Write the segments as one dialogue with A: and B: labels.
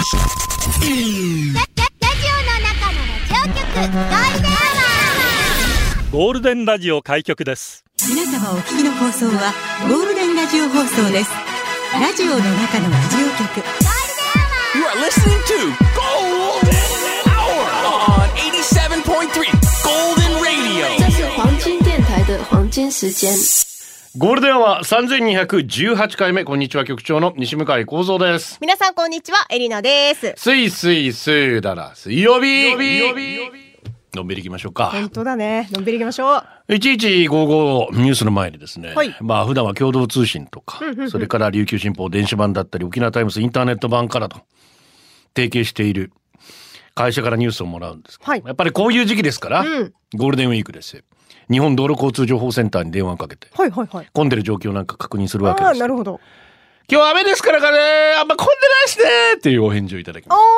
A: ゴールデンラジオ開局です。
B: 皆様お聞きの放送はゴールデンラジオ放送です。ラジオの中のラジオ局
C: You are listening to Golden Hour on 87.3 Golden Radio。
D: 这是黄金電台的黄金時間。
E: ゴールデンは3218回目。こんにちは、局長の西向井光三です。
F: 皆さんこんにちは、エリナです。
E: すいすいすーだら水曜日のんびりいきましょうか。
F: 本当だね、のんびりいきましょう。
E: 1155ニュースの前にですね、
F: はい、
E: まあ普段は共同通信とか、それから琉球新報電子版だったり沖縄タイムズインターネット版からと提携している会社からニュースをもらうんです、はい、やっぱりこういう時期ですから、ゴールデンウィークですよ。日本道路交通情報センターに電話をかけて、混んでる状況なんか確認するわけです。
F: なるほど。
E: 今日雨ですからかね、あんま混んでないしねっていうお返事をいただきました。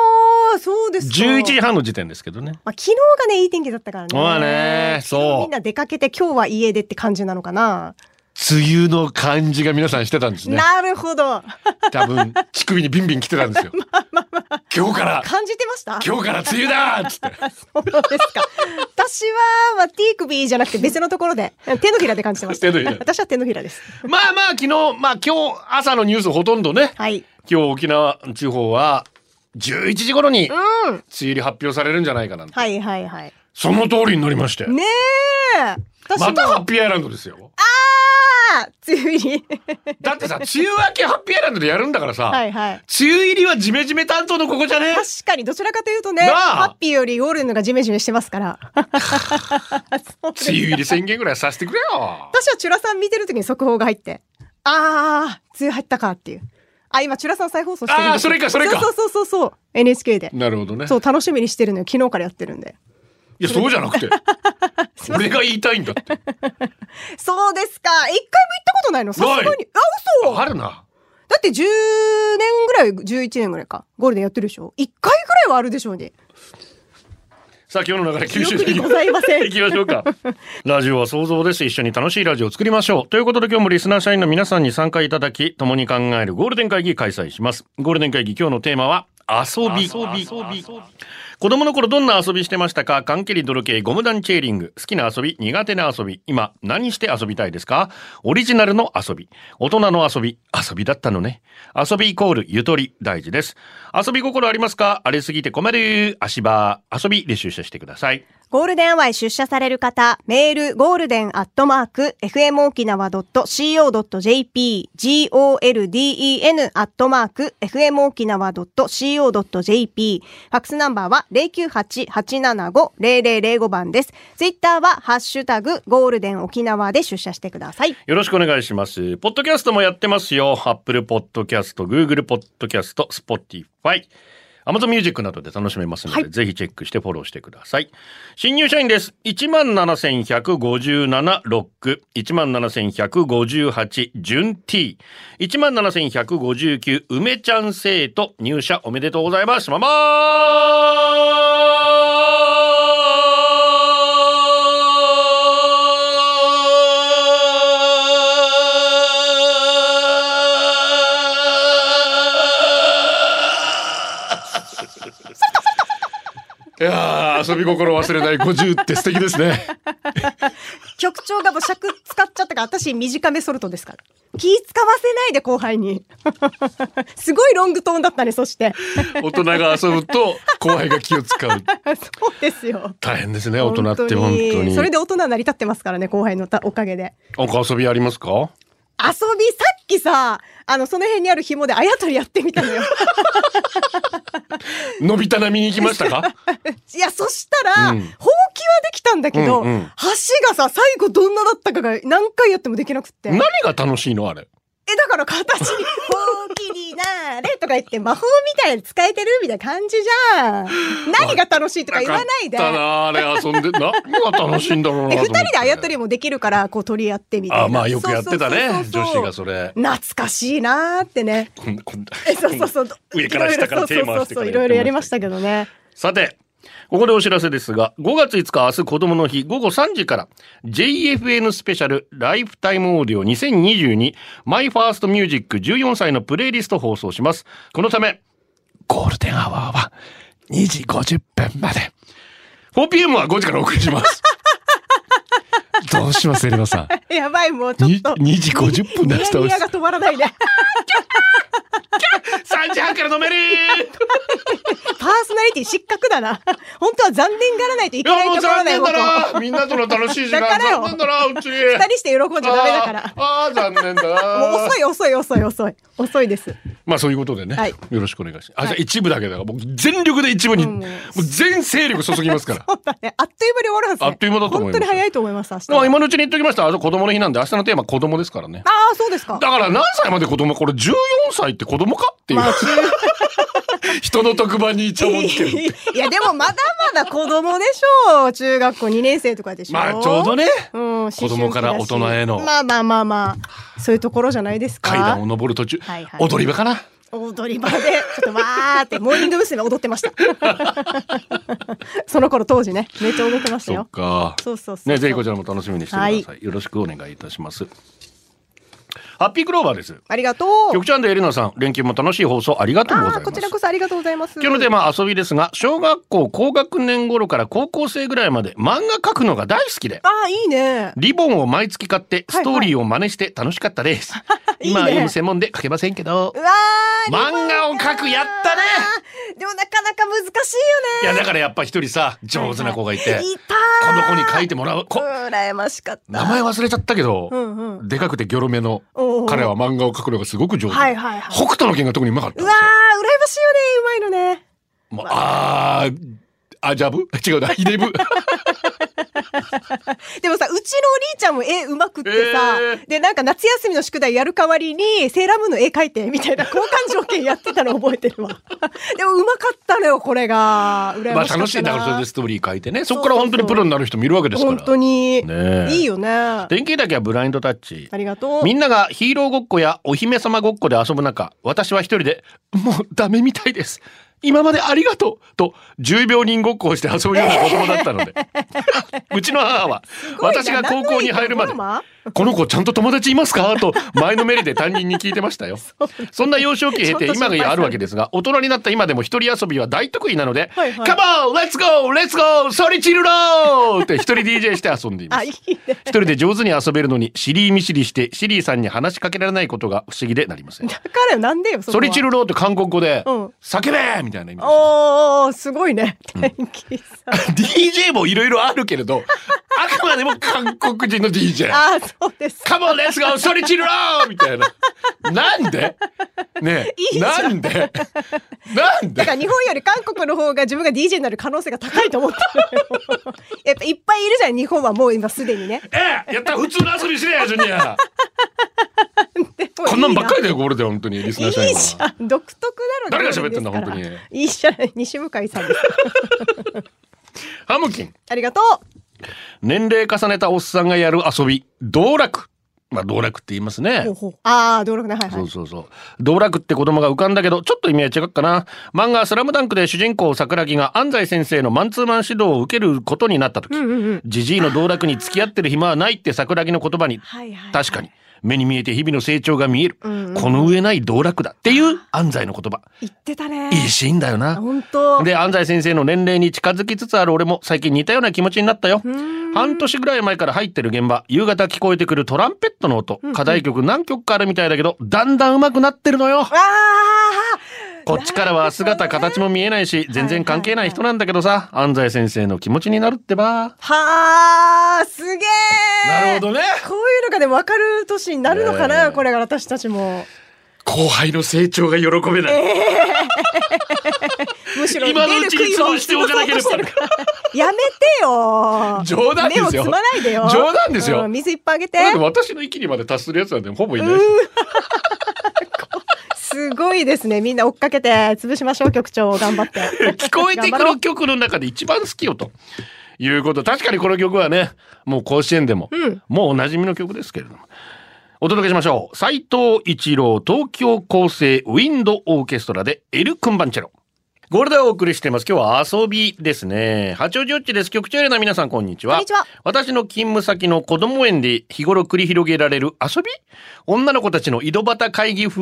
F: そうですか。
E: 11時半の時点ですけどね。
F: 昨日がねいい天気だったからね。
E: まあね、そう。
F: みんな出かけて今日は家でって感じなのかな。
E: 梅雨の感じが皆さんしてたんですね。な
F: るほど。
E: 多分乳首にビンビン来てたんですよ。今日から
F: 感じてました。
E: 今日から梅雨だーっつって。
F: そうですか。私は、T 首じゃなくて別のところで手のひらで感じてました。私は手のひらです。
E: まあ昨日今日朝のニュースほとんどね、今日沖縄地方は11時頃に梅雨入り発表されるんじゃないかな。その通りになりましてねえ。またハッピーアイランドですよ。
F: 梅雨入り
E: だってさ、梅雨明けハッピーアイランドでやるんだからさ、梅雨入りはジメジメ担当のここじゃね。
F: 確かにどちらかというとね、ハッピーよりゴールデンがジメジメしてますから
E: 梅雨入り宣言ぐらいさせてくれよ。
F: 私はチュラさん見てる時に速報が入って、梅雨入ったかっていう。今チュラさん再放送してるんです。
E: それか
F: そう NHK で。
E: なるほどね。
F: そう、楽しみにしてるのよ。昨日からやってるんで。
E: いや、そうじゃなくて俺が言いたいんだって
F: そうですか。一回も行ったことないの？さすがに。嘘。
E: あるな。
F: だって10年ぐらい、11年ぐらいかゴールデンやってるでしょ。1回ぐらいはあるでしょうね。
E: さあ今日の流れ吸収していきましょうかラジオは想像です。一緒に楽しいラジオを作りましょうということで、今日もリスナー社員の皆さんに参加いただき、共に考えるゴールデン会議開催します。ゴールデン会議、今日のテーマは遊び。子供の頃どんな遊びしてましたか？缶蹴り、泥系、ゴム弾チェーリング。好きな遊び、苦手な遊び。今何して遊びたいですか？オリジナルの遊び、大人の遊びだったのね。遊びイコールゆとり、大事です。遊び心ありますか？ありすぎて困る足場。遊びで出社してください。
F: ゴールデンアワー出社される方、メール、ゴールデン@fmokinawa.co.jp、golden @fmokinawa.co.jp、ファックスナンバーは 098-875-0005 番です。ツイッターはハッシュタグゴールデン沖縄で出社してください。
E: よろしくお願いします。ポッドキャストもやってますよ。Apple Podcast、Google Podcast、Spotify、Amazon Music などで楽しめますので、ぜひチェックしてフォローしてください。新入社員です。17,157 ロック、17,158 準 T、17,159 梅ちゃん生徒、入社おめでとうございます。ママいや遊び心忘れない50って素敵ですね
F: 局長が尺使っちゃったから、私短めソルトですから気使わせないで後輩にすごいロングトーンだったね。そして
E: 大人が遊ぶと後輩が気を使うそう
F: ですよ。
E: 大変ですね、大人って本当に。
F: それで大人は成り立ってますからね、後輩のおかげで。
E: 遊びありますか？
F: 遊び、さっきさ、その辺にある紐であやとりやってみたのよ
E: のび太並みに行きましたか？
F: いや、そしたら、ほうきはできたんだけど、橋がさ、最後どんなだったかが何回やってもできなくって。
E: 何が楽しいのあれ？
F: だから形にほうきになれとか言って魔法みたいに使えてるみたいな感じじゃん。何が楽しいとか言わないで。
E: あれ遊んで何が楽しいんだろうなと思って。
F: 2人であやとりもできるからこう取り合ってみたいな。
E: まあよくやってたね、女子がそれ。
F: 懐かしいなーってね。そう
E: 上から下からテーマしてから
F: いろいろやりましたけどね。
E: さて、ここでお知らせですが、5月5日明日子供の日午後3時から JFN スペシャルライフタイムオーディオ2022マイファーストミュージック14歳のプレイリスト放送します。このためゴールデンアワーは2時50分まで。4PM は5時からお送りします。どうしますエリナさん。
F: やばい、もうちょっと
E: 2時50分出した
F: ニヤニヤが止まらないね。
E: 3時半から飲める
F: パーソナリティ失格だな。本当は残念がらないといけないところだよ。
E: いやもう残念だな。みんなとの楽しい時間。
F: だからよ。
E: 残念だな、うち。
F: 二人して喜んじゃダメだから。
E: 残念だな。
F: もう遅いです。
E: まあそういうことでね、
F: はい、
E: よろしくお願いします。じゃあ一部だけだから、もう全力で一部に、もう全勢力注ぎますから。
F: そうだね。あっという間に終わるはずね。
E: あっという間だと思います。
F: 本当に早いと思います。明日。
E: まあ今のうちに言っておきました。あと子供の日なんで、明日のテーマ子供ですからね。
F: ああ、そうですか。
E: だから何歳まで子供、これ14歳って子供かっていう。まあ、人の特番にイチャモンつける。
F: いやでもまだまだ子供でしょう。中学校2年生とかでしょ。
E: まあちょうどね、
F: 子
E: 供から大人への
F: まあそういうところじじゃないですか。
E: 階段を登る途中、はいはい、踊り場かな。
F: 踊り場でちょっとわーってモーニング娘。踊ってましたその頃当時ねめっちゃ踊ってましたよ。
E: そっか。
F: そう
E: ね、ぜひこちらも楽しみにしてください、はい、よろしくお願いいたします。ハッピークローバーです。
F: ありがとう。
E: 局長エレナさん、連休も楽しい放送ありがとうございます。
F: こちらこそありがとうございます。
E: 今日のテーマは遊びですが、小学校高学年頃から高校生ぐらいまで漫画描くのが大好きで、
F: いいね。
E: リボンを毎月買ってストーリーを真似して楽しかったです、今は読む専門で描けませんけど。漫画を描くやったね。
F: でもなかなか難しいよね。
E: いやだからやっぱ一人さ上手な子がいて、この子に描いてもらう。
F: 羨ましかった。
E: 名前忘れちゃったけど、でかくてギョロめの彼は漫画を描くのがすごく上手。北斗の拳が特にうまかったんですよ。
F: うわー羨ましいよね。うまいのね。
E: もうアジャブ違うな、ヒデブ
F: でもさ、うちのお兄ちゃんも絵うまくってさ、でなんか夏休みの宿題やる代わりにセーラームーンの絵描いてみたいな交換条件やってたの覚えてるわでもうまかったのよこれが。羨ましかったな。
E: 楽しい。だからそれでストーリー書いてね、そこから本当にプロになる人もいるわけですから。
F: 本当に、ね、いいよね。
E: 電気だけはブラインドタッチ。
F: ありがとう。
E: みんながヒーローごっこやお姫様ごっこで遊ぶ中、私は一人でもうダメみたいです、今までありがとうと10秒人ごっこをして遊ぶような子供だったのでうちの母は私が高校に入るまでこの子ちゃんと友達いますかと前のめりで担任に聞いてましたよそんな幼少期経て今があるわけですが、大人になった今でも一人遊びは大得意なので、カモンレッツゴーレッツゴーソリチルローって一人 DJ して遊んでいます一人で上手に遊べるのにシリーミシリしてシリーさんに話しかけられないことが不思議でなりません。
F: だからなんでよ
E: ソリチルローって韓国語で、叫べみたいな意味です。
F: おーすごいね、
E: DJ もいろいろあるけれどあくまでも韓国人の DJ
F: そうです
E: カモンレッツゴーソリチルローみたいななんでねえなんで
F: だから日本より韓国の方が自分が DJ になる可能性が高いと思ってるやっぱいっぱいいるじゃん日本はもう今すでにね。
E: やった普通の遊びしねえよジュニアこんなんばっかりだよゴールデン本当にリスナー社員は。いいじゃん独特なの。誰が喋ってんだ本当に。いいじゃん西向井さんですハムキン
F: ありがとう。
E: 年齢重ねたおっさんがやる遊び道楽。道楽って言いますね。
F: 道楽ね。はいはい。
E: そう道楽って言葉が浮かんだけどちょっと意味は違うかな。漫画スラムダンクで主人公桜木が安西先生のマンツーマン指導を受けることになった時、ジジイの道楽に付き合ってる暇はないって桜木の言葉に、確かに目に見えて日々の成長が見える、この上ない道楽だっていう安西の言葉
F: 言ってたね。
E: いいシーンだよな
F: 本当
E: で。安西先生の年齢に近づきつつある俺も最近似たような気持ちになったよ。半年ぐらい前から入ってる現場、夕方聞こえてくるトランペットの音、課題曲何曲かあるみたいだけどだんだん上手くなってるのよ。こっちからは姿形も見えないし全然関係ない人なんだけどさ、安西先生の気持ちになるってば。
F: すげえ。
E: なるほどね。
F: こういうのがでも分かる年になるのかな、これが私たちも。
E: 後輩の成長が喜べない、
F: むしろ
E: 今のうちに潰しておかなければ
F: やめてよ。
E: 冗談ですよ。
F: 目をつまないでよ。
E: 冗談ですよ、
F: 水いっぱいあげて。
E: 私の域にまで達するやつなんてほぼいないです
F: すごいですね。みんな追っかけて潰しましょう。局長頑張って
E: 聞こえてくる曲の中で一番好きよということ。確かにこの曲はねもう甲子園でも、もうおなじみの曲ですけれどもお届けしましょう。斉藤一郎東京高生ウィンドオーケストラでエル・クンバンチェロ。ゴールデンをお送りしています。今日は遊びですね。八王子よっちです。局長エレナ皆さんこんにちは。
F: こんにちは。
E: 私の勤務先の子ども園で日頃繰り広げられる遊び、女の子たちの井戸端会議風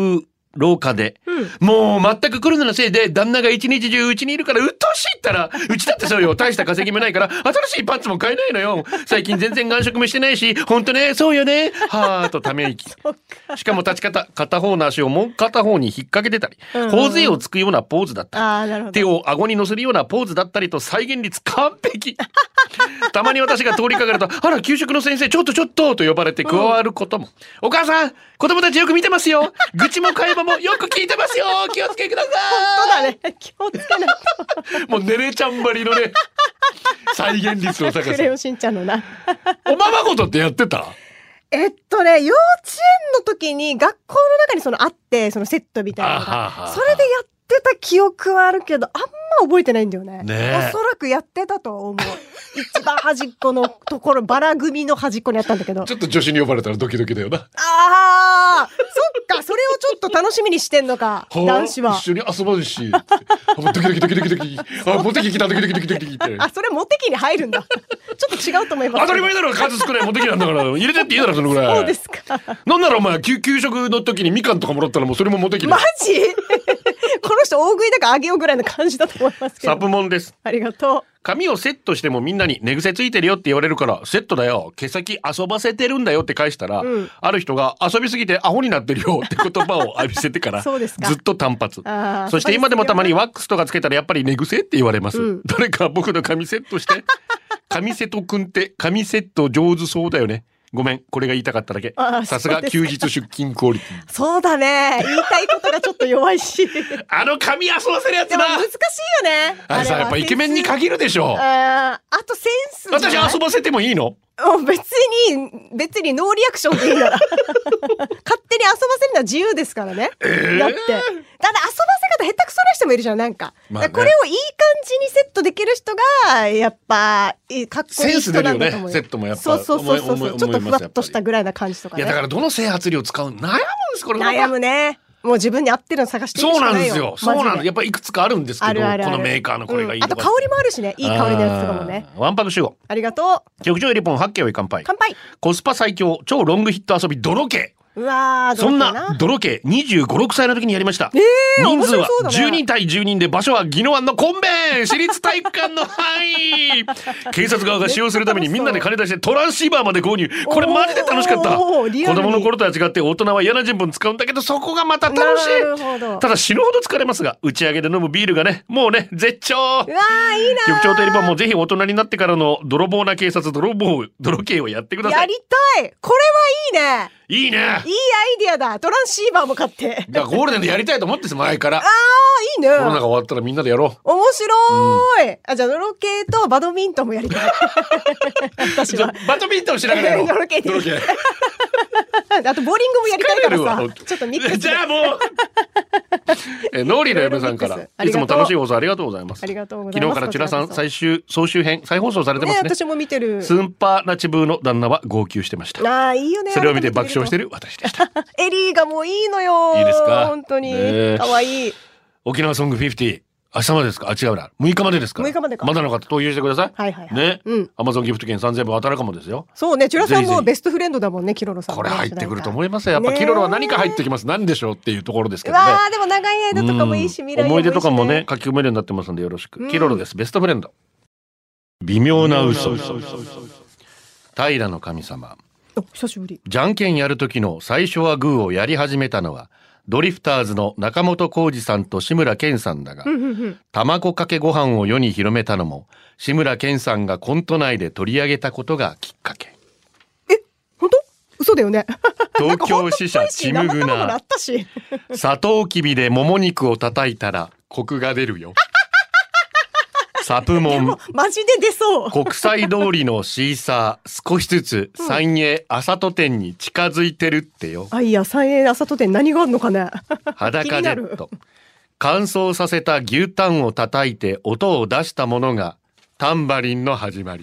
E: 廊下で、もう全くコロナのせいで旦那が一日中うちにいるから鬱陶しいったら、うちだってそうよ、大した稼ぎもないから新しいパンツも買えないのよ。最近全然願食もしてないし、ほんとね、そうよね、はーとため息。しかも立ち方、片方の足をもう片方に引っ掛けてたり、頬杖をつくようなポーズだったり、手を顎に乗せるようなポーズだったりと再現率完璧。たまに私が通りかかると、あら給食の先生ちょっとと呼ばれて加わることも、お母さん子供たちよく見てますよ、愚痴も会話もよく聞いてますよ、気をつけください。
F: 本当だね、気をつけない
E: ともうねれちゃんばりのね再現率の高さ。
F: クレヨンしんちゃんのな
E: おままごとってやってた？
F: 幼稚園の時に学校の中にあってそのセットみたいなのが、それでやってた記憶はあるけど、あんま覚えてないんだよね。おそらくやってたと思う。一番端っこのところ、バラ組の端っこにあったんだけど。
E: ちょっと女子に呼ばれたらドキドキだよな。
F: ああ、そっか、それをちょっと楽しみにしてんのか、男子は。
E: 一緒に遊ばんし。ドキドキドキドキドキ。モテキ来た、ドキドキドキドキって。
F: あ、それモテキに入るんだ。ちょっと違うと思います。
E: 当たり前だろ、数少ないモテキなんだから、入れてっていいだろ、そのぐらい。
F: そうですか。
E: なんならお前、給食の時にみかんとかもらったらもうそれもモテキだ。
F: マジこの人大食いだかあげようぐらいの感じだと思いますけど。
E: サプモンです。
F: ありがとう。
E: 髪をセットしてもみんなに寝癖ついてるよって言われるから、セットだよ、毛先遊ばせてるんだよって返したら、ある人が遊びすぎてアホになってるよって言葉を浴びせてからずっと単発。そして今でもたまにワックスとかつけたらやっぱり寝癖って言われます。誰か僕の髪セットして髪セットくんって髪セット上手そうだよね。ごめん、これが言いたかっただけ。さすが休日出勤クオリティ。
F: そうだね、言いたいことがちょっと弱いし
E: 髪遊ばせるやつな。
F: でも難しいよね。
E: あれさ、やっぱイケメンに限るでしょ。
F: あとセンス。
E: 私遊ばせてもいいの？
F: 別にノーリアクションでいいなら勝手に遊ばせるのは自由ですからね。だってただ遊ばせ方下手くそな人もいるじゃん、なんか、これをいい感じにセットできる人がやっぱかっこいい人なんだと思うよ。
E: セットもやっぱ
F: そうちょっとふわっとしたぐらいな感じとかね。
E: いやだからどの整髪料使う悩むんですこれ。
F: 悩むね。もう自分に合ってるの探していくしかないよ。
E: そうなんですよ。そうなんです。やっぱりいくつかあるんですけど、このメーカーのこれがいいとか、
F: あと香りもあるしね、いい香りのやつとかもね。
E: ワンパク集合。
F: ありがとう。
E: 局長エリポン八景を乾杯。
F: 乾杯。
E: コスパ最強超ロングヒット遊び泥系。
F: うわー、
E: そんな泥系25、6歳の時にやりました。人数は10人対10人で、場所は宜野湾のコンベン私立体育館の範囲警察側が使用するためにみんなで金出してトランシーバーまで購入。これマジで楽しかった。子供の頃とは違って大人は嫌な人分使うんだけど、そこがまた楽しい。ただ死ぬほど疲れますが、打ち上げで飲むビールがね、もうね絶頂。うわー、いいな。局長とエリポンもぜひ大人になってからの泥棒な警察泥系をやってください。
F: やりたい。これはいいね。
E: いいね。いいア
F: イディアだ。トランシーバーも買って。
E: ゴールデンでやりたいと思ってます前から。
F: ああ、いいね。
E: コロナが終わったらみんなでやろう。
F: 面白い。じゃあ泥系とバドミントンもやりたい。私は
E: バドミントンしながらやろう。
F: 泥系で。あとボーリングもやりたいからさ。ちょっとミックス。
E: じゃあもう。ノーリーの嫁さんからいつも楽しい放送ありがとうございます。
F: ありがとうございます。
E: 昨日からチュラさん総集編再放送されてますね。
F: 私も見てる。
E: スンパーナチブーの旦那は号泣してました。
F: ああ、いいよね。
E: それを見て爆笑してる私でした。
F: エリーがもういいのよ。
E: いいですか。
F: 本当に可愛い。
E: 沖縄ソング50。明日までですか。あ、違うな。6日までですから。
F: 6日までか。
E: まだの方投票してください。
F: はいはいはい。
E: ね。アマゾンギフト券3000分当たるかもですよ。
F: そうね。チュラさんもベストフレンドだもんね、キロロさん。
E: これ入ってくると思いますよ。やっぱキロロは何か入ってきます。何でしょうっていうところですけどね。
F: わあ、でも長い間とかもいいし、未来
E: 思い出とかもね書き込めるようになってますんでよろしく。キロロです。ベストフレンド。微妙な嘘。平の神様。
F: 久しぶり。
E: じゃんけんやる時の最初はグーをやり始めたのはドリフターズの中本浩二さんと志村けんさんだが、卵かけご飯を世に広めたのも志村けんさんがコント内で取り上げたことがきっかけ。
F: 本当？嘘だよね。
E: 東京支社ちむぐなサトウキビでもも肉を叩いたらコクが出るよ。サプモン
F: マジで出そう。
E: 国際通りのシーサー少しずつ三栄あさと店に近づいてるってよ。
F: あ、いや、三栄あさと店何があるのかね。
E: 裸ジェット乾燥させた牛タンを叩いて音を出したものがタンバリンの始まり。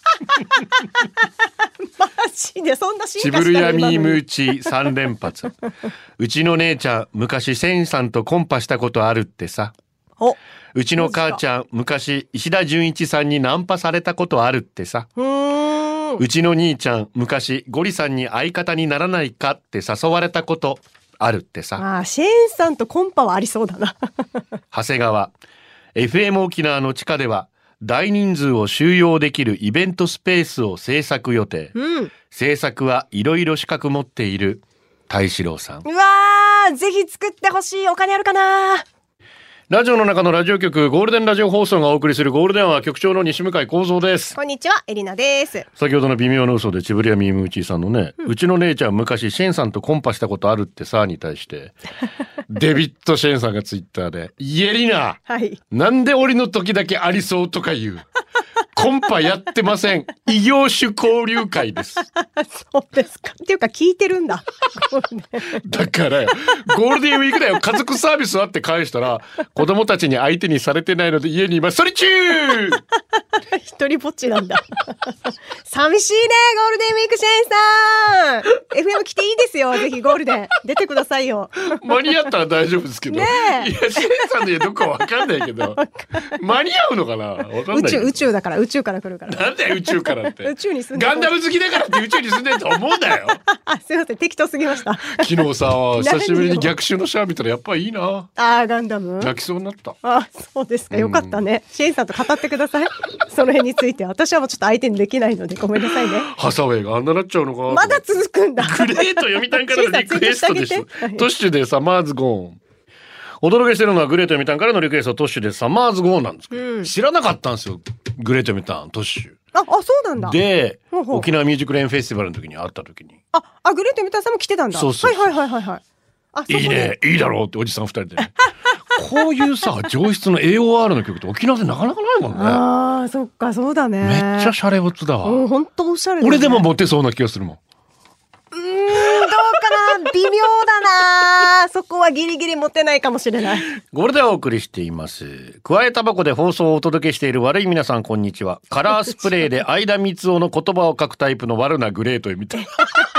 F: マジでそんな進
E: チブルヤミームーチ3連発。うちの姉ちゃん昔センさんとコンパしたことあるってさ。うちの母ちゃん昔石田純一さんにナンパされたことあるってさ。うちの兄ちゃん昔ゴリさんに相方にならないかって誘われたことあるってさ。
F: シェーンさんとコンパはありそうだな。
E: 長谷川、FM 沖縄の地下では大人数を収容できるイベントスペースを制作予定。制作はいろいろ資格持っている太志郎さん。
F: うわー、ぜひ作ってほしい。お金あるかな。
E: ラジオの中のラジオ局、ゴールデンラジオ放送がお送りするゴールデンは局長の西向井光三です。
F: こんにちは、エリナです。
E: 先ほどの微妙な嘘でちぶりやみーむーちーさんのね、うちの姉ちゃん昔シェーンさんとコンパしたことあるってさに対してデビッド・シェーンさんがツイッターでイエリナ、なんで俺の時だけありそうとか言う。コンパやってません。異業種交流会です。
F: そうですか。っていうか聞いてるんだ。
E: だからよ、ゴールデンウィークだよ。家族サービスはって返したら、子供たちに相手にされてないので家にいます。それちゅー
F: 一人ぼっちなんだ。寂しいね、ゴールデンウィークシェーンさん。FM 来ていいですよ。ぜひゴールデン出てくださいよ。
E: 間に合ったら大丈夫ですけど。ねえ。いや、シェーンさんの家どこかわかんないけど。間に合うのかな、わかんないけど。
F: 宇宙だから、宇宙から来るから。
E: なんだよ宇宙からって。
F: 宇宙に住んで。
E: ガンダム好きだからって宇宙に住んでると思うんだよ。
F: すいません、適当すぎました。
E: 昨日さ、久しぶりに逆襲のシャア見たらやっぱいいな。
F: ガンダム。
E: 泣きそうになった。
F: そうですか。よかったね。シェーンさんと語ってください。その辺について。私はもうちょっと相手にできないのでごめんなさいね。
E: ハサウェイがあんななっちゃうのか。ま
F: だ続くんだ。
E: グレート読谷からのリクエストです。トッシュでサマーズゴーン。お届けしてるのはグレート読谷からのリクエストトッシュでサマーズゴーンなんですけど、知らなかったんですよ。グレート読谷トッシュ。
F: そうなんだ。
E: で、沖縄ミュージックレーンフェスティバルの時に会った時に。グ
F: レート読谷さんも来てたんだ。そう。はい。い
E: いね、いいだろうっておじさん二人で。こういうさ、上質の AOR の曲って沖縄でなかなかないもんね。
F: そっか、そうだね。
E: めっちゃシャレオツだわ。
F: 本当おしゃれだね。
E: 俺でもモテそうな気がするもん。
F: どうかな、微妙だな。そこはギリギリモテないかもしれない。
E: これでお送りしています。加えタバコで放送をお届けしている悪い皆さん、こんにちは。カラースプレーで相田光雄の言葉を書くタイプの悪なグレートへみたいな。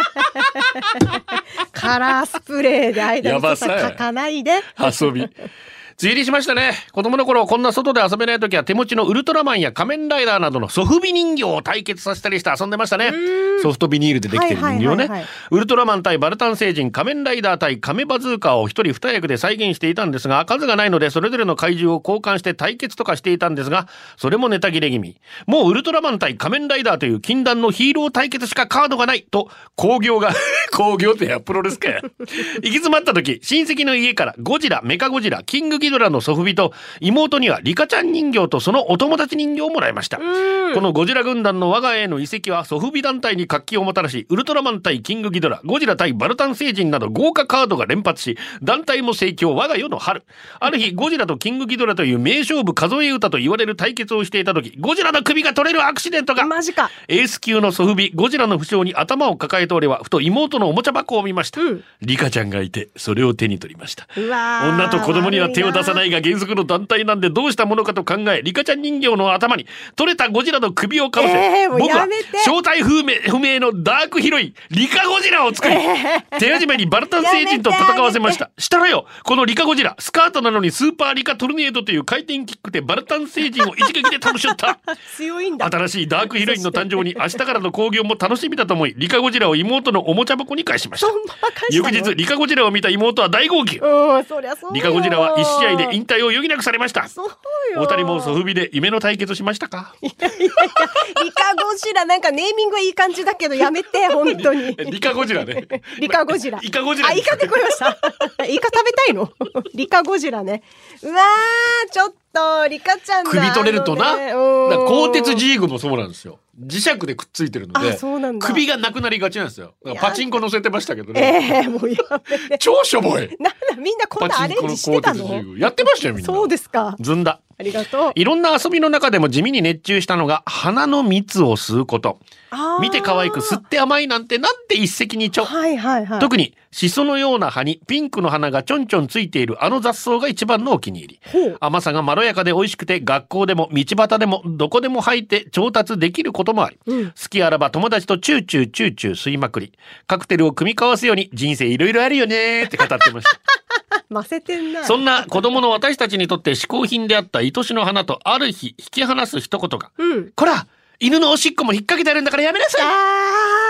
F: カラースプレーで間に書かないで。
E: 遊び。梅雨入りしましたね。子供の頃こんな外で遊べない時は手持ちのウルトラマンや仮面ライダーなどのソフビ人形を対決させたりして遊んでましたね。ソフトビニールでできてる人形ね。ウルトラマン対バルタン星人、仮面ライダー対カメバズーカーを一人二役で再現していたんですが、数がないのでそれぞれの怪獣を交換して対決とかしていたんですが、それもネタ切れ気味。もうウルトラマン対仮面ライダーという禁断のヒーロー対決しかカードがないと興行が興行ってやプロレスかや行き詰まった時、親戚の家からゴジラ、メカゴジラ、キングギドラのソフビと妹にはリカちゃん人形とそのお友達人形をもらいました。このゴジラ軍団の我が家への移籍はソフビ団体に活気をもたらし、ウルトラマン対キングギドラ、ゴジラ対バルタン星人など豪華カードが連発し、団体も盛況、我が世の春。ある日、ゴジラとキングギドラという名勝負数え歌と言われる対決をしていた時、ゴジラの首が取れるアクシデントが。
F: マジか。
E: エース級のソフビゴジラの負傷に頭を抱えておれば、ふと妹のおもちゃ箱を見ました。リカちゃんがいてそれを手に取りました。女と子供には手を出さないが原則の団体なんでどうしたものかと考え、リカちゃん人形の頭に取れたゴジラの首をかぶせ、僕は正体不明のダークヒロインリカゴジラを作り、手始めにバルタン星人と戦わせました。したらよ、このリカゴジラ、スカートなのにスーパーリカトルネードという回転キックでバルタン星人を一撃で倒しよった。
F: 強いんだ。
E: 新しいダークヒロインの誕生に明日からの興行も楽しみだと思い、リカゴジラを妹のおもちゃ箱に返しました。翌日リカゴジラを見た妹は大号泣。リカゴジラは1試合で引退を余儀なくされました。お二人もソフビで夢の対決しましたか？
F: いやリカゴジラ、なんかネーミングはいい感じだけどやめて、本当に。
E: リカゴジラね。
F: リカゴジラ。
E: イカゴジラ。
F: イカってこいました。イカ食べたいの？リカゴジラね。うわー、ちょっとリカちゃんだ。
E: 首取れるとな。鋼鉄ジーグもそうなんですよ。磁石でくっついてるので首がなくなりがちなんですよ。パチンコ乗せてましたけどね。
F: もうやめて。
E: 超しょぼい。
F: なんだみんなこんなアレンジしてたの？
E: やってましたよみんな。
F: そうですか。
E: ずんだ。
F: ありがとう。
E: いろんな遊びの中でも地味に熱中したのが花の蜜を吸うこと。見て可愛く吸って甘いなんて一石二鳥。特にシソのような葉にピンクの花がちょんちょんついているあの雑草が一番のお気に入り。甘さがまろやかで美味しくて、学校でも道端でもどこでも入って調達できることもあり、好きあらば友達とチューチューチューチュー吸いまくり、カクテルを組み交わすように人生いろいろあるよねって語ってました。
F: ませてんな。
E: そんな子供の私たちにとって嗜好品であった愛しの花と、ある日引き離す一言が、こら犬のおしっこも引っ掛けてあるんだからやめなさい。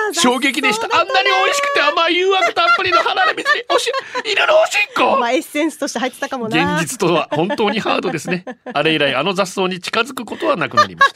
E: 衝撃でした。あんなに美味しくて甘い誘惑たっぷりの離れ水に犬のおしっこ。
F: まあエッセンスとして入ってたかもな。
E: 現実とは本当にハードですね。あれ以来雑草に近づくことはなくなりました。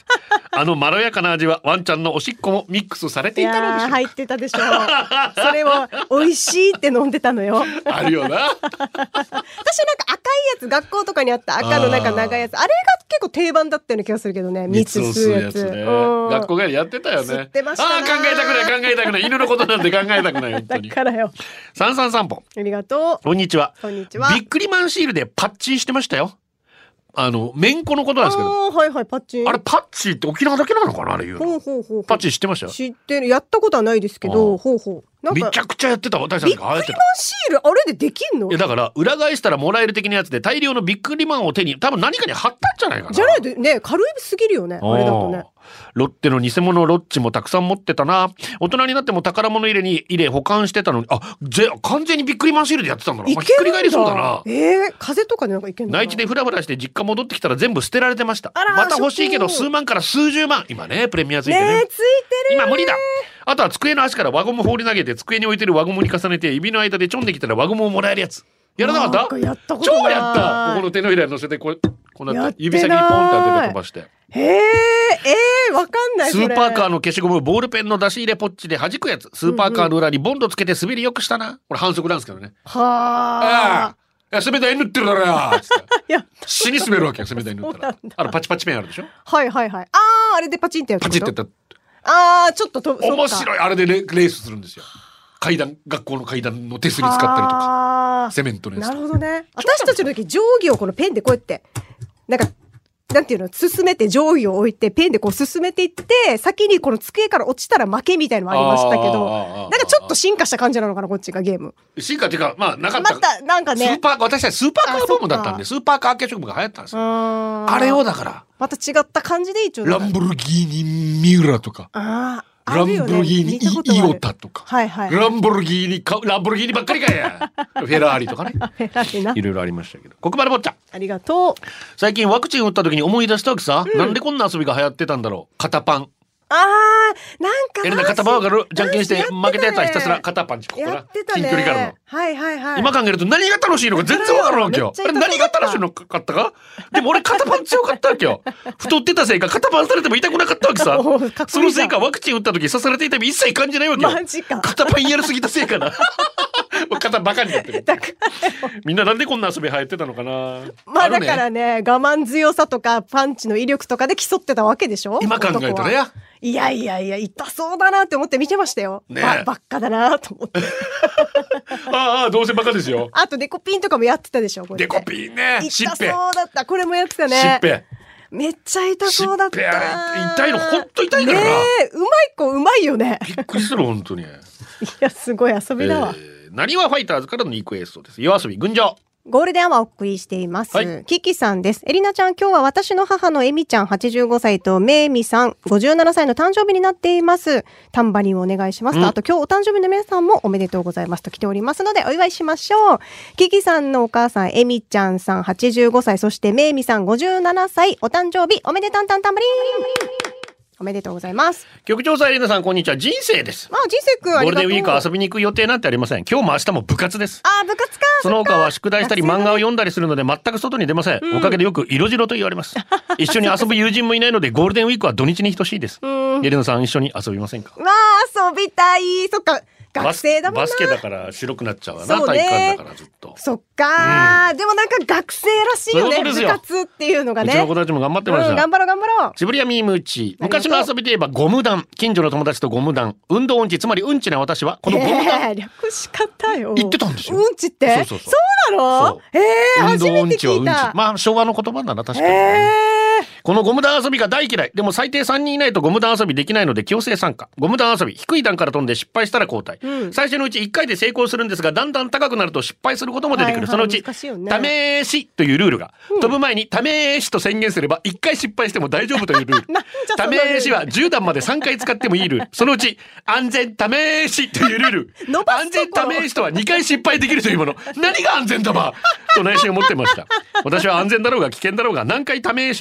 E: まろやかな味はワンちゃんのおしっこもミックスされていたのでしょうか。
F: 入ってたでしょう。それを美味しいって飲んでたのよ。
E: あるよな。
F: 私なんか赤いやつ、学校とかにあった赤のなんか長いやつ、あれが結構定番だったような気がするけどね。蜜吸うやつね。
E: 学校帰りやってたよね。
F: 吸ってましたな。
E: 考えたくない犬のことなんて考えたくない本当に。
F: だからよ。
E: 333本。
F: ありがとう。
E: こんにちは。
F: こんにちは。
E: ビックリマンシールでパッチンしてましたよ。めんこのことなんですけど。
F: はいはい、パッチン。
E: あれパッチって沖縄だけなのかな、あれ言うの。パッチン知ってました？
F: 知ってる。やったことはないですけど、
E: なんかめちゃくちゃやってた。私たちが流行ってた。
F: ビックリマンシールあれでできんの？
E: いやだから裏返したらもらえる的なやつで大量のビックリマンを手に多分何かに貼ったんじゃないかな。
F: じゃないとね、軽いすぎるよね。あれだとね。
E: ロッテの偽物ロッチもたくさん持ってたな。大人になっても宝物入れ保管してたのに、完全にビックリマンシールでやってたんだな。ひっくり返りそうだな。
F: 風とかでなんかいけんの？
E: 内地でフラフラして実家戻ってきたら全部捨てられてました。また欲しいけど数万から数十万。今ねプレミアついてね。
F: ついてる。
E: 今無理だ。あとは机の足から輪ゴム放り投げて机に置いてる輪ゴムに重ねて指の間でちょんできたら輪ゴムをもらえるやつ。やらなかった？
F: やったことない。
E: 超やった。ここの手のひらに乗せてこうなって指先にポンって当てて飛ばして。
F: わかんない。
E: スーパーカーの消しゴムボールペンの出し入れポッチで弾くやつ。スーパーカーの裏にボンドつけて滑りよくしたな。これ反則なんですけどね。
F: はあ。
E: 滑り台塗ってるだろよ。死に滑るわけよ滑り台塗ったら。パチパチペンあるでしょ。
F: はいはいはい。あれでパチンってやる。
E: パチってやった。
F: ちょっと
E: 面白い。あれでレースするんですよ。学校の階段の手すり使ったりとかセメントのやつ。
F: なるほどね。私たちの時定規をこのペンでこうやってなんていうの、進めて定規を置いてペンでこう進めていって先にこの机から落ちたら負けみたいなのもありましたけど、なんかちょっと進化した感じなのかな、こっちがゲーム
E: 進化っていうかなかった。
F: またなんかね、
E: 私たちスーパーカーボムだったんでスーパーカー消しゴムが流行ったんですよ。あれをだから
F: また違った感じで一応
E: ランボルギーニミュラとかランボルギーニイオタとか、ランボルギーニばっかりかやフェラーリとかねいろいろありましたけど。黒丸坊ちゃん
F: ありがとう。
E: 最近ワクチン打った時に思い出したわけさ、なんでこんな遊びが流行ってたんだろう。肩パン。
F: なんか
E: エレナ肩パンがじゃんけんして負けたやつはひたすら肩パンチ。ここな近距離からの。今考えると何が楽しいのか全然わからんわけよ。あれ何が楽しいのかったか。でも俺肩パン強かったわけよ。太ってたせいか肩パンされても痛くなかったわけさ。そのせいかワクチン打った時刺されて痛み一切感じないわけよ。肩パンやるすぎたせいかな。肩バカになってる。みんななんでこんな遊び流行ってたのかな。
F: だからね、我慢強さとかパンチの威力とかで競ってたわけでしょ。
E: 今考えたらや。
F: いや痛そうだなって思って見てましたよ。ばっかだなと思って。
E: どうせバカですよ。
F: あとデコピンとかもやってたでしょ。
E: デコピンね。
F: 痛そうだった。これもやってたね。
E: しっぺ。
F: めっちゃ痛そうだった。
E: 痛いの本当痛いからな。
F: うまい子うまいよね。
E: びっくりする本当に。い
F: やすごい遊びだわ。
E: なにわファイターズからのリクエストです。夜遊び群青。
F: ゴールデンアワーお送りしています。キキさんです。エリナちゃん、今日は私の母のエミちゃん85歳とメイミさん57歳の誕生日になっています。タンバリンをお願いしますと、あと今日お誕生日の皆さんもおめでとうございますと来ておりますのでお祝いしましょう。キキさんのお母さんエミちゃんさん85歳、そしてメイミさん57歳、お誕生日おめでたんたんたんばりん。おめでとうございます。
E: 局長さん、エリナさん、こんにちは。人生です。
F: 人生くん、ありがとう。
E: ゴールデンウィークは遊びに行く予定なんてありません。今日も明日も部活です。
F: 部活か。
E: その他は宿題したり漫画を読んだりするので全く外に出ません。おかげでよく色白と言われます。一緒に遊ぶ友人もいないのでゴールデンウィークは土日に等しいです。エリナさん、一緒に遊びませんか。
F: 遊びたい。そっか。学生だもんな。
E: バスケだから白くなっちゃうわな。体育館だからずっと。
F: そっか、でもなんか学生らしいよね。部活っていうのがね。
E: うちの子たちも頑張ってました。
F: 頑張ろう。
E: シブリアミームーチ。昔の遊びといえばゴム弾。近所の友達とゴム弾。運動音痴、つまりうんちな私はこのゴム弾。
F: 略し方よ。
E: 言ってたんですよ。
F: うんちって。そうなの？初めて聞いた。
E: 昭和の言葉だな確かに。このゴム弾遊びが大嫌い。でも最低3人いないとゴム弾遊びできないので強制参加。ゴム弾遊び、低い段から飛んで失敗したら交代。最初のうち1回で成功するんですが、だんだん高くなると失敗することも出てくる。そのうち、試しというルールが、飛ぶ前に試しと宣言すれば1回失敗しても大丈夫というルール。試しは10段まで3回使ってもいいルール。そのうち、安全試しというルール。安全試しとは2回失敗できるというもの。何が安全だばと内心思ってました。私は安全だろうが危険だろうが何回試しをしても6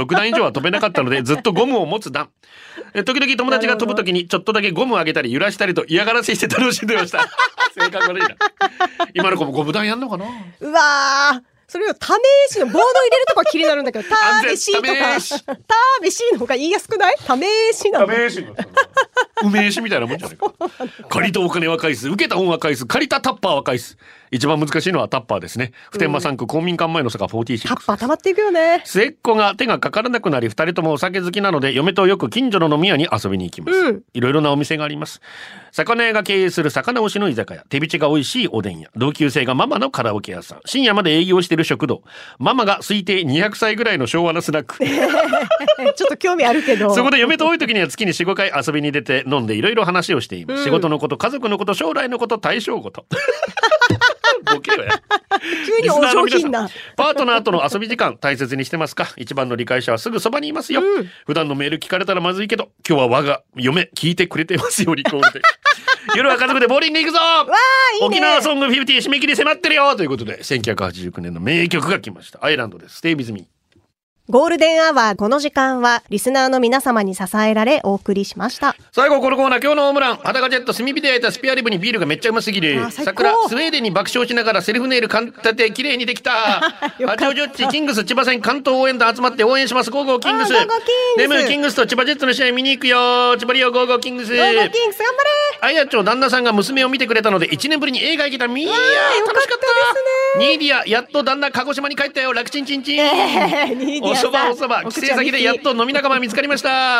E: 6段以上は飛べなかったのでずっとゴムを持つ段。時々友達が飛ぶ時にちょっとだけゴムを上げたり揺らしたりと嫌がらせして楽しんでました。性格悪いな。今の子もゴム段やんのかな。
F: うわー、それをためしのボード入れるとこ気になるんだけど、ためしとかためしの方が言いやすくない？ためしなの。
E: ためしの梅しみたいなもんじゃないか。借りたお金は返す、受けた恩は返す、借りたタッパーは返す。一番難しいのはタッパーですね。普天間産区公民館前の坂46。
F: タッパー溜まっていくよね。
E: 末っ子が手がかからなくなり、二人ともお酒好きなので嫁とよく近所の飲み屋に遊びに行きます。いろいろなお店があります。魚屋が経営する魚推しの居酒屋、手びちが美味しいおでん屋、同級生がママのカラオケ屋さん、深夜まで営業している食堂、ママが推定200歳ぐらいの昭和なスナック。
F: ちょっと興味あるけど。
E: そこで嫁と多い時には月に 4,5 回遊びに出て飲んでいろいろ話をしています。仕事のこと、家族のこと、将来のこと、対象ごと。ボケよや。
F: 急にお上品な。
E: パートナーとの遊び時間大切にしてますか？一番の理解者はすぐそばにいますよ。普段のメール聞かれたらまずいけど、今日は我が嫁聞いてくれてますよ、リコールで。夜は家族でボーリング行くぞ。
F: わー、いいね。
E: 沖縄ソング50締め切り迫ってるよということで、1989年の名曲が来ました。アイランドです。ステイビズミー。
F: ゴールデンアワー、この時間はリスナーの皆様に支えられお送りしました。
E: 最後このコーナー、今日のホームラン。裸ジェット炭火で焼いたスペアリブにビールがめっちゃうますぎる。桜スウェーデンに爆笑しながらセルフネイル簡単で綺麗にできた。八王子ッチキングス千葉戦関東応援団集まって応援します。ゴーゴーキングス。ネムキングスと千葉ジェットの試合見に行くよ。千葉リオゴーゴーキングス。
F: ゴーゴーキングス頑張れ。
E: あやちょ旦那さんが娘を見てくれたので1年ぶりに映画行けた。みーや楽しかった。ニーディアやっと旦那鹿児島に帰ったよ。楽ちんちんちん。おそばおそば。帰省先でやっと飲み仲間見つかりました。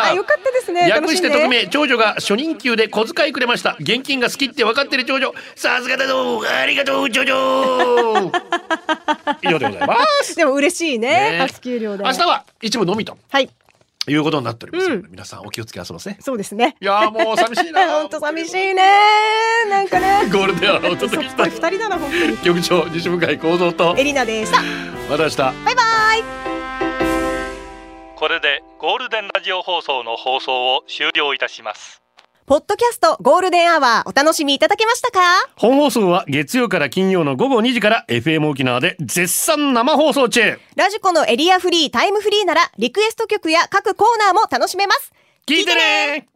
F: あ、よかったですね。
E: 略して匿名、長女が初任給で小遣いくれました。現金が好きって分かってる長女、さすがだぞ、ありがとう長女。以上でございます。
F: でも嬉しいね、初給料で。
E: 明日は一部のみということになっておりますので、皆さんお気をつけ遊ばせ。
F: そうですね。
E: いやもう寂しいな。
F: 本当寂しいね。なんかね。
E: ゴールデンはお届けした
F: 2人だな本当に。
E: 局長西向井幸三と
F: エリナでした。
E: また明日。バ
F: イバイ。
A: これでゴールデンラジオ放送の放送を終了いたします。
F: ポッドキャストゴールデンアワーお楽しみいただけましたか？
E: 本放送は月曜から金曜の午後2時から FM 沖縄で絶賛生放送中。
F: ラジコのエリアフリータイムフリーならリクエスト曲や各コーナーも楽しめます。
E: 聞いてね。